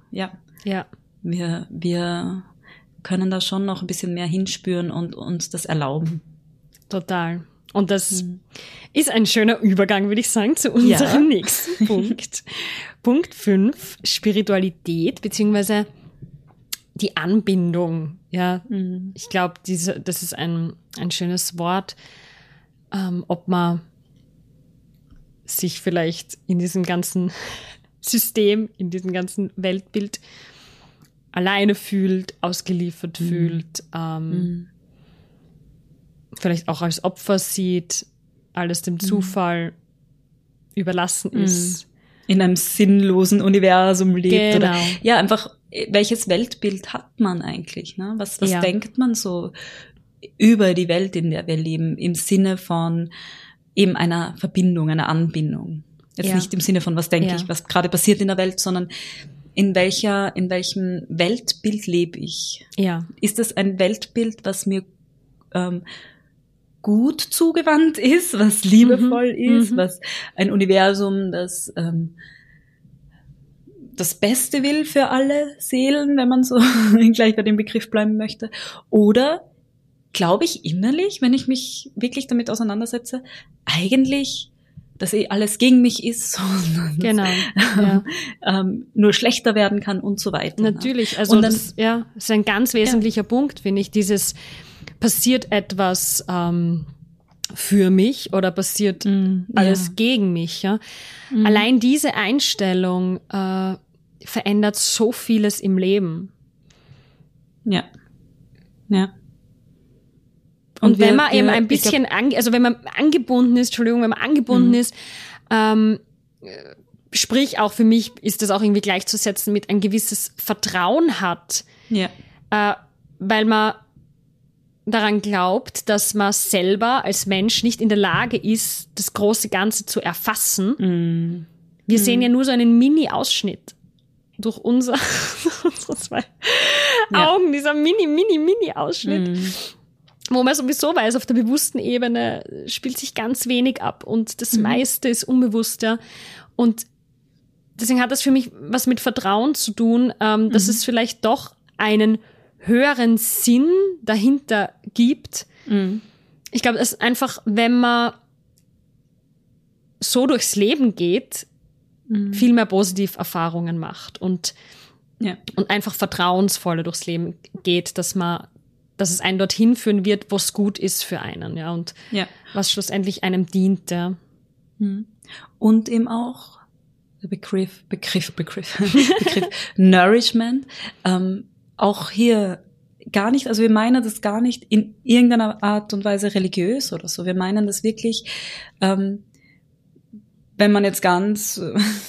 wir können da schon noch ein bisschen mehr hinspüren und uns das erlauben. Total. Und das ist ein schöner Übergang, würde ich sagen, zu unserem nächsten Punkt. Punkt 5, Spiritualität beziehungsweise die Anbindung. Ja, ich glaube, das ist ein schönes Wort, ob man sich vielleicht in diesem ganzen System, in diesem ganzen Weltbild alleine fühlt, ausgeliefert fühlt, vielleicht auch als Opfer sieht, alles dem Zufall überlassen ist. In einem sinnlosen Universum lebt. Genau. Oder einfach, welches Weltbild hat man eigentlich? Ne? Was denkt man so über die Welt, in der wir leben, im Sinne von eben einer Verbindung, einer Anbindung? Jetzt nicht im Sinne von, was denke ich, was gerade passiert in der Welt, sondern in welchem Weltbild lebe ich? Ja. Ist das ein Weltbild, was mir gut zugewandt ist, was liebevoll ist, was ein Universum, das das Beste will für alle Seelen, wenn man so gleich bei dem Begriff bleiben möchte? Oder glaube ich innerlich, wenn ich mich wirklich damit auseinandersetze, eigentlich, dass alles gegen mich ist, sondern nur schlechter werden kann und so weiter. Natürlich, also und dann, das ist ein ganz wesentlicher Punkt, finde ich, passiert etwas für mich oder passiert alles gegen mich. Ja? Allein diese Einstellung verändert so vieles im Leben. Ja. Und wenn man eben ein bisschen, wenn man angebunden ist, sprich auch für mich ist das auch irgendwie gleichzusetzen mit ein gewisses Vertrauen hat, weil man daran glaubt, dass man selber als Mensch nicht in der Lage ist, das große Ganze zu erfassen. Wir sehen ja nur so einen Mini-Ausschnitt durch unsere zwei Augen, dieser Mini-Ausschnitt. Wo man sowieso weiß, auf der bewussten Ebene spielt sich ganz wenig ab und das meiste ist unbewusst, ja. Und deswegen hat das für mich was mit Vertrauen zu tun, dass es vielleicht doch einen höheren Sinn dahinter gibt, Ich glaube, es ist einfach, wenn man so durchs Leben geht, viel mehr positiv Erfahrungen macht und einfach vertrauensvoller durchs Leben geht, dass es einen dorthin führen wird, was gut ist für einen, ja, und was schlussendlich einem dient, ja. Und eben auch der Begriff Nourishment, auch hier gar nicht, also wir meinen das gar nicht in irgendeiner Art und Weise religiös oder so, wir meinen das wirklich, wenn man jetzt ganz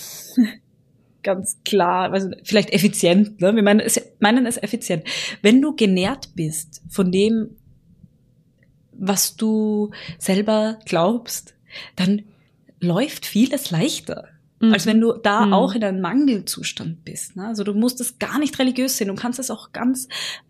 klar, also vielleicht effizient, ne? Wir meinen es effizient. Wenn du genährt bist von dem, was du selber glaubst, dann läuft vieles leichter, als wenn du da auch in einem Mangelzustand bist. Ne? Also du musst es gar nicht religiös sehen, du kannst es auch ganz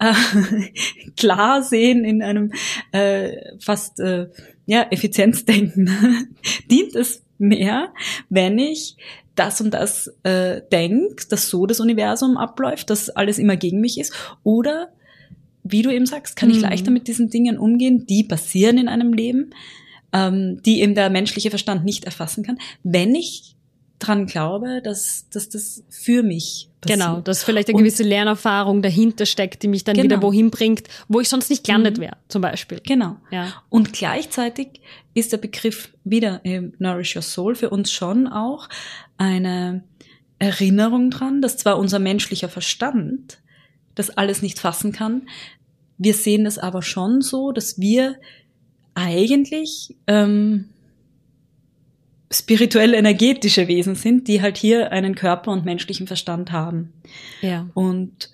klar sehen in einem fast Effizienzdenken. Dient es mehr, wenn ich das und das denke, dass so das Universum abläuft, dass alles immer gegen mich ist? Oder, wie du eben sagst, kann ich leichter mit diesen Dingen umgehen, die passieren in einem Leben, die eben der menschliche Verstand nicht erfassen kann, wenn ich dran glaube, dass das für mich passiert. Genau, dass vielleicht eine gewisse Lernerfahrung dahinter steckt, die mich dann wieder wohin bringt, wo ich sonst nicht gelandet wäre, zum Beispiel. Genau. Ja. Und gleichzeitig ist der Begriff wieder Nourish Your Soul für uns schon auch eine Erinnerung dran, dass zwar unser menschlicher Verstand das alles nicht fassen kann, wir sehen das aber schon so, dass wir eigentlich spirituell-energetische Wesen sind, die halt hier einen Körper und menschlichen Verstand haben. Ja. Und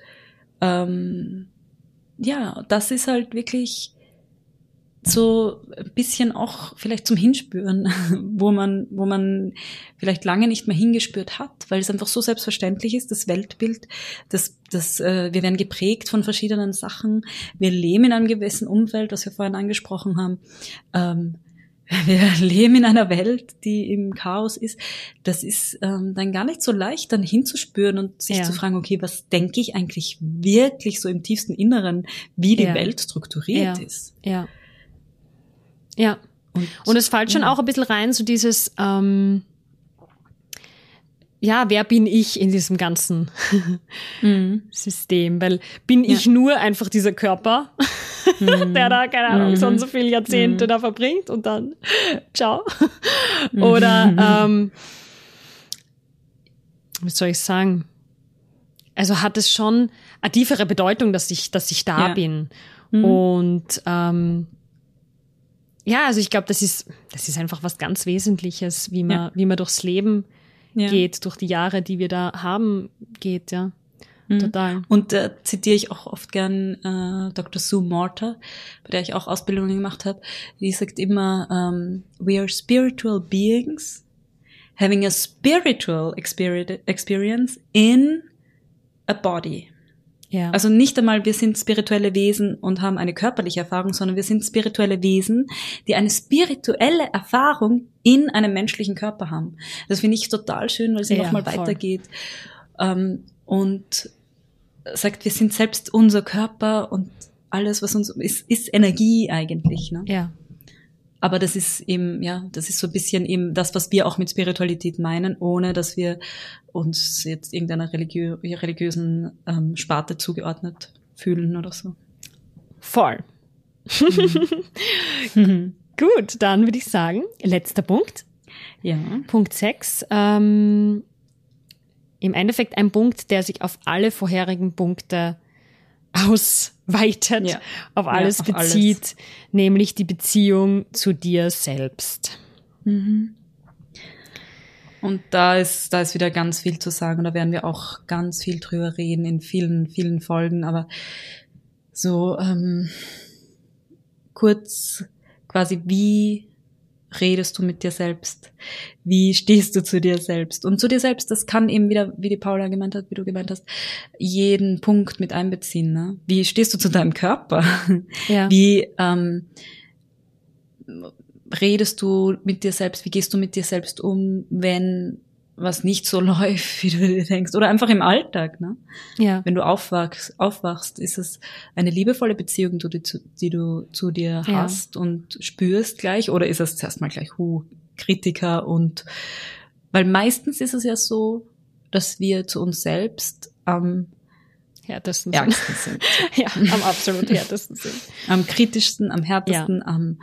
das ist halt wirklich so ein bisschen auch vielleicht zum Hinspüren, wo man vielleicht lange nicht mehr hingespürt hat, weil es einfach so selbstverständlich ist, das Weltbild, wir werden geprägt von verschiedenen Sachen, wir leben in einem gewissen Umfeld, was wir vorhin angesprochen haben, wir leben in einer Welt, die im Chaos ist. Das ist dann gar nicht so leicht, dann hinzuspüren und sich zu fragen, okay, was denke ich eigentlich wirklich so im tiefsten Inneren, wie die Welt strukturiert ist. Ja. Ja. Und es fällt schon auch ein bisschen rein, so dieses, wer bin ich in diesem ganzen System? Weil bin ich nur einfach dieser Körper, der da, keine Ahnung, so und so viele Jahrzehnte da verbringt und dann ciao. Oder, wie soll ich sagen? Also hat es schon eine tiefere Bedeutung, dass ich da bin. Und also ich glaube, das ist einfach was ganz Wesentliches, wie man durchs Leben geht, durch die Jahre, die wir da haben, geht, ja. Total. Und zitiere ich auch oft gern Dr. Sue Morter, bei der ich auch Ausbildungen gemacht habe. Die sagt immer, we are spiritual beings having a spiritual experience in a body. Ja. Also nicht einmal, wir sind spirituelle Wesen und haben eine körperliche Erfahrung, sondern wir sind spirituelle Wesen, die eine spirituelle Erfahrung in einem menschlichen Körper haben. Das finde ich total schön, weil sie nochmal weitergeht und sagt, wir sind selbst unser Körper und alles, was uns ist Energie eigentlich. Ne? Ja. Aber das ist eben, das ist so ein bisschen eben das, was wir auch mit Spiritualität meinen, ohne dass wir uns jetzt irgendeiner religiösen Sparte zugeordnet fühlen oder so. Voll. Gut, dann würde ich sagen, letzter Punkt. Ja. Punkt 6. Im Endeffekt ein Punkt, der sich auf alle vorherigen Punkte ausweitet, auf alles bezieht, nämlich die Beziehung zu dir selbst. Und da ist wieder ganz viel zu sagen und da werden wir auch ganz viel drüber reden in vielen, vielen Folgen, aber so kurz quasi, wie redest du mit dir selbst? Wie stehst du zu dir selbst? Und zu dir selbst, das kann eben wieder, wie die Paula gemeint hat, wie du gemeint hast, jeden Punkt mit einbeziehen. Ne? Wie stehst du zu deinem Körper? Ja. Wie redest du mit dir selbst? Wie gehst du mit dir selbst um, wenn was nicht so läuft, wie du dir denkst. Oder einfach im Alltag, ne? Ja. Wenn du aufwachst, ist es eine liebevolle Beziehung, die du zu dir hast und spürst gleich? Oder ist es zuerst mal gleich, Kritiker weil meistens ist es ja so, dass wir zu uns selbst am härtesten sind. Ja, am absolut härtesten sind. Am kritischsten, am härtesten,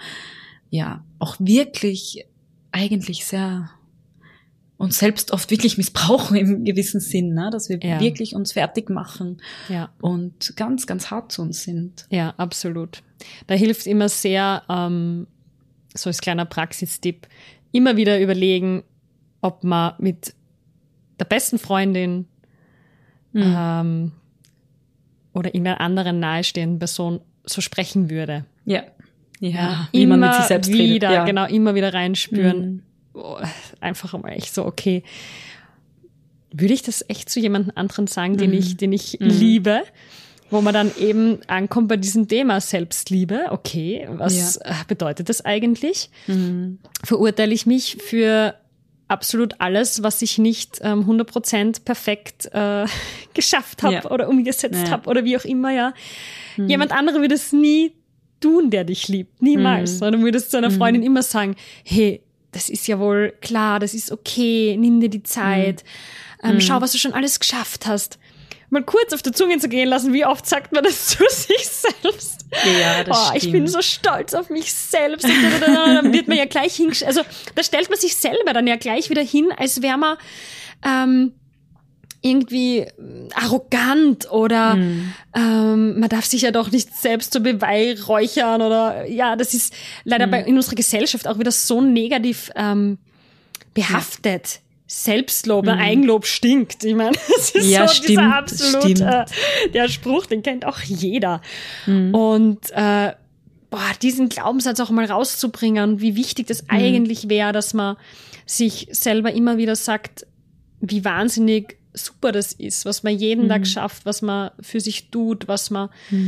auch wirklich eigentlich sehr uns selbst oft wirklich missbrauchen im gewissen Sinn, ne? Dass wir wirklich uns fertig machen und ganz, ganz hart zu uns sind. Ja, absolut. Da hilft immer sehr, so als kleiner Praxistipp, immer wieder überlegen, ob man mit der besten Freundin oder irgendeiner anderen nahestehenden Person so sprechen würde. Ja, wie man mit sich selbst redet. Ja. Genau, immer wieder reinspüren. Einfach mal echt so, okay, würde ich das echt zu jemandem anderen sagen, den ich liebe, wo man dann eben ankommt bei diesem Thema Selbstliebe. Okay, was bedeutet das eigentlich? Verurteile ich mich für absolut alles, was ich nicht 100% perfekt geschafft habe oder umgesetzt habe oder wie auch immer, Jemand anderer würde es nie tun, der dich liebt. Niemals. Sondern du würdest zu einer Freundin immer sagen, hey, das ist ja wohl klar, das ist okay, nimm dir die Zeit, schau, was du schon alles geschafft hast. Mal kurz auf der Zunge zu gehen lassen, wie oft sagt man das zu sich selbst? Ja, das stimmt. Ich bin so stolz auf mich selbst. Und dann wird man ja gleich also da stellt man sich selber dann ja gleich wieder hin, als wäre man irgendwie arrogant oder man darf sich ja doch nicht selbst so beweihräuchern oder das ist leider in unserer Gesellschaft auch wieder so negativ behaftet. Selbstlob, Eigenlob stinkt. Ich meine, das ist dieser absolut der Spruch, den kennt auch jeder. Und diesen Glaubenssatz auch mal rauszubringen, wie wichtig das eigentlich wäre, dass man sich selber immer wieder sagt, wie wahnsinnig super das ist, was man jeden Tag schafft, was man für sich tut, was man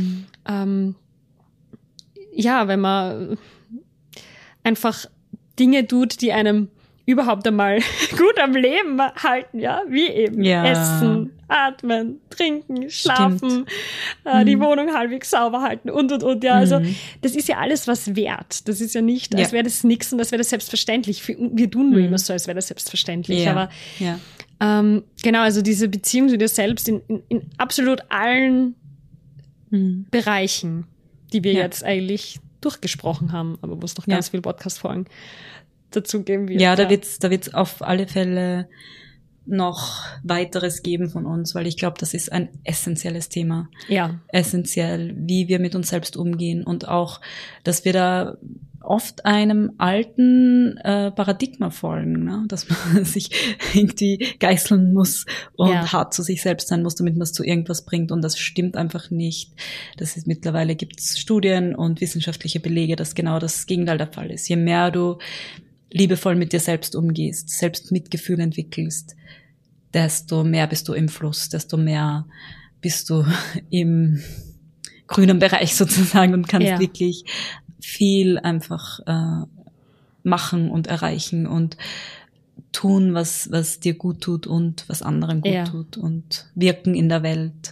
wenn man einfach Dinge tut, die einem überhaupt einmal gut am Leben halten, wie eben Essen, Atmen, Trinken, Schlafen, die Wohnung halbwegs sauber halten und. Also das ist ja alles was wert. Das ist ja nicht, als wäre das nichts und als wäre das selbstverständlich. Wir tun nur immer so, als wäre das selbstverständlich. Aber genau, also diese Beziehung zu dir selbst in absolut allen Bereichen, die wir jetzt eigentlich durchgesprochen haben, aber wo es noch ganz viel Podcast-Folgen dazu geben wird. Ja, da wird's auf alle Fälle noch weiteres geben von uns, weil ich glaube, das ist ein essentielles Thema. Ja. Essentiell, wie wir mit uns selbst umgehen und auch, dass wir da oft einem alten Paradigma folgen, ne? Dass man sich irgendwie geißeln muss und hart zu sich selbst sein muss, damit man es zu irgendwas bringt, und das stimmt einfach nicht. Mittlerweile gibt's Studien und wissenschaftliche Belege, dass genau das Gegenteil der Fall ist. Je mehr du liebevoll mit dir selbst umgehst, selbst Mitgefühl entwickelst, desto mehr bist du im Fluss, desto mehr bist du im grünen Bereich sozusagen und kannst wirklich viel einfach machen und erreichen und tun, was dir gut tut und was anderen gut tut und wirken in der Welt.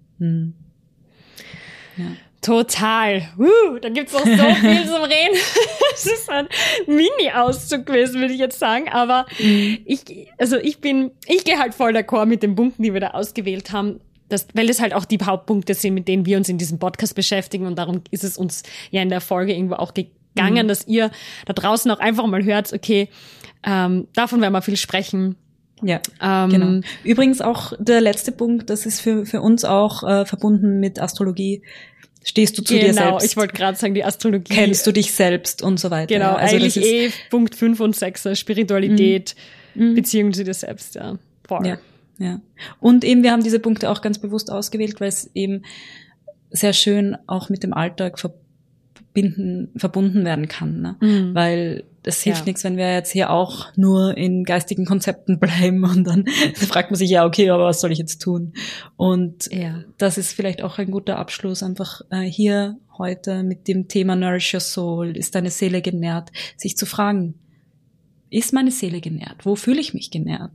Ja. Total. Da gibt's noch so viel zum Reden. Es ist ein Mini-Auszug gewesen, würde ich jetzt sagen. Aber ich gehe halt voll d'accord mit den Punkten, die wir da ausgewählt haben. Weil das halt auch die Hauptpunkte sind, mit denen wir uns in diesem Podcast beschäftigen. Und darum ist es uns ja in der Folge irgendwo auch gegangen, dass ihr da draußen auch einfach mal hört, okay, davon werden wir viel sprechen. Ja, genau. Übrigens auch der letzte Punkt, das ist für uns auch verbunden mit Astrologie. Stehst du zu dir selbst? Genau, ich wollte gerade sagen, die Astrologie. Kennst du dich selbst und so weiter. Genau, also eigentlich das ist Punkt 5 und 6, Spiritualität, Beziehung zu dir selbst, voll. Ja. Und eben, wir haben diese Punkte auch ganz bewusst ausgewählt, weil es eben sehr schön auch mit dem Alltag verbunden werden kann, ne? Weil das hilft nichts, wenn wir jetzt hier auch nur in geistigen Konzepten bleiben und dann fragt man sich, okay, aber was soll ich jetzt tun? Und das ist vielleicht auch ein guter Abschluss, einfach hier heute mit dem Thema Nourish Your Soul, ist deine Seele genährt, sich zu fragen, ist meine Seele genährt? Wo fühle ich mich genährt?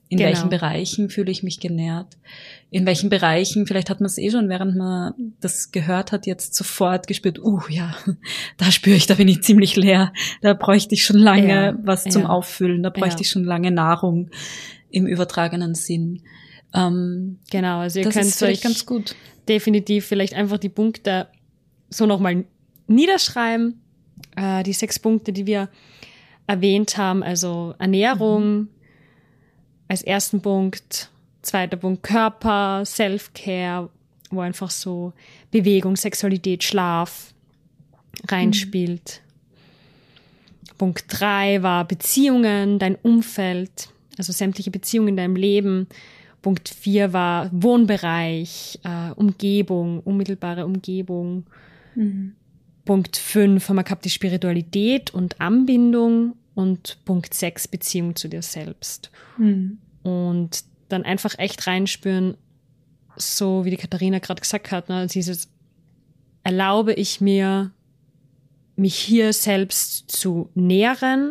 In Genau. welchen Bereichen fühle ich mich genährt? In welchen Bereichen, vielleicht hat man es schon, während man das gehört hat, jetzt sofort gespürt, ja, da spüre ich, da bin ich ziemlich leer. Da bräuchte ich schon lange was zum Auffüllen. Da bräuchte ich schon lange Nahrung im übertragenen Sinn. Genau, also ihr das könnt ist vielleicht euch ganz gut. definitiv vielleicht einfach die Punkte so nochmal niederschreiben. Die 6 Punkte, die wir erwähnt haben, also Ernährung als ersten Punkt, zweiter Punkt Körper, Self-Care, wo einfach so Bewegung, Sexualität, Schlaf reinspielt. Punkt 3 war Beziehungen, dein Umfeld, also sämtliche Beziehungen in deinem Leben. Punkt 4 war Wohnbereich, Umgebung, unmittelbare Umgebung. Punkt 5 haben wir gehabt die Spiritualität und Anbindung und Punkt 6 Beziehung zu dir selbst. Und dann einfach echt reinspüren, so wie die Katharina gerade gesagt hat, ne, dieses erlaube ich mir, mich hier selbst zu nähren?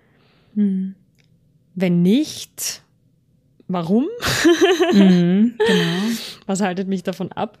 Wenn nicht, warum? Genau. Was haltet mich davon ab?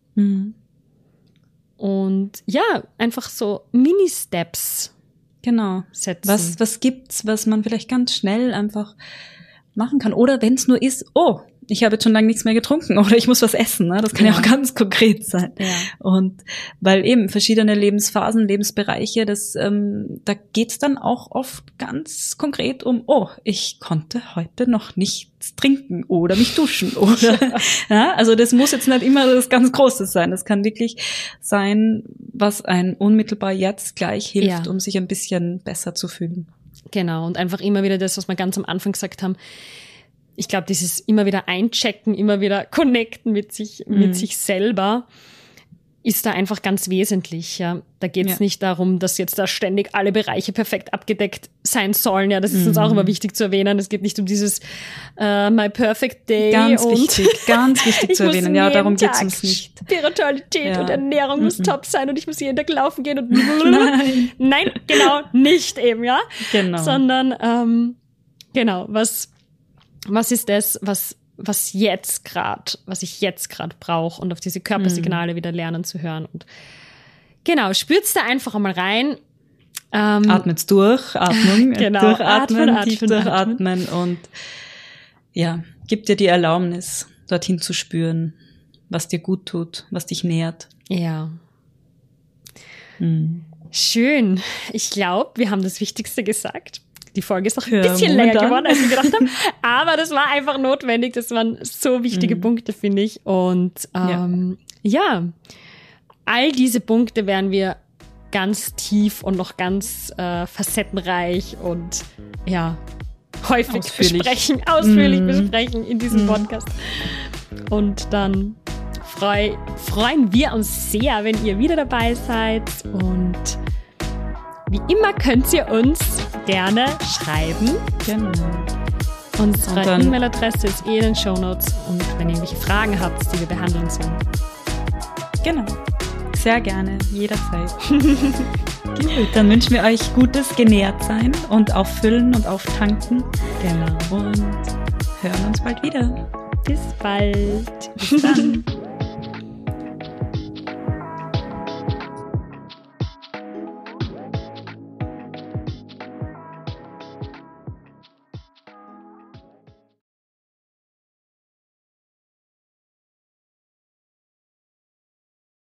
Und ja, einfach so Mini-Steps Genau. setzen. Was gibt's, was man vielleicht ganz schnell einfach machen kann? Oder wenn es nur ist, ich habe jetzt schon lange nichts mehr getrunken oder ich muss was essen. Ne? Das kann ja auch ganz konkret sein. Ja. Und weil eben verschiedene Lebensphasen, Lebensbereiche, da geht's dann auch oft ganz konkret um, ich konnte heute noch nichts trinken oder mich duschen. Oder ja, also das muss jetzt nicht immer das ganz Große sein. Das kann wirklich sein, was einem unmittelbar jetzt gleich hilft, um sich ein bisschen besser zu fühlen. Genau, und einfach immer wieder das, was wir ganz am Anfang gesagt haben. Ich glaube, dieses immer wieder einchecken, immer wieder connecten mit sich selber ist da einfach ganz wesentlich. Ja. Da geht es nicht darum, dass jetzt da ständig alle Bereiche perfekt abgedeckt sein sollen. Ja, das ist uns auch immer wichtig zu erwähnen. Es geht nicht um dieses My Perfect Day. Ganz wichtig zu erwähnen. Ja, darum geht es uns nicht. Spiritualität und Ernährung muss top sein und ich muss jeden Tag laufen gehen und Nein, genau, nicht eben, ja. Genau. Sondern genau, was ist das, was ich jetzt gerade brauche und auf diese Körpersignale wieder lernen zu hören. Und genau, spürt's da einfach einmal rein. Atmet's durch, Atmung, genau, durchatmen, tief durchatmen und ja, gib dir die Erlaubnis, dorthin zu spüren, was dir gut tut, was dich nährt. Ja. Schön. Ich glaube, wir haben das Wichtigste gesagt. Die Folge ist noch ein bisschen länger geworden, als wir gedacht haben. Aber das war einfach notwendig. Das waren so wichtige Punkte, finde ich. Und ja, all diese Punkte werden wir ganz tief und noch ganz facettenreich und ja, häufig ausführlich besprechen in diesem Podcast. Und dann freuen wir uns sehr, wenn ihr wieder dabei seid. Und wie immer könnt ihr uns gerne schreiben. Genau. Unsere E-Mail-Adresse ist in den Shownotes. Und wenn ihr irgendwelche Fragen habt, die wir behandeln sollen. Genau. Sehr gerne, jederzeit. Gut, dann wünschen wir euch gutes Genährtsein und Auffüllen und Auftanken. Genau. Und hören uns bald wieder. Bis bald. Bis dann.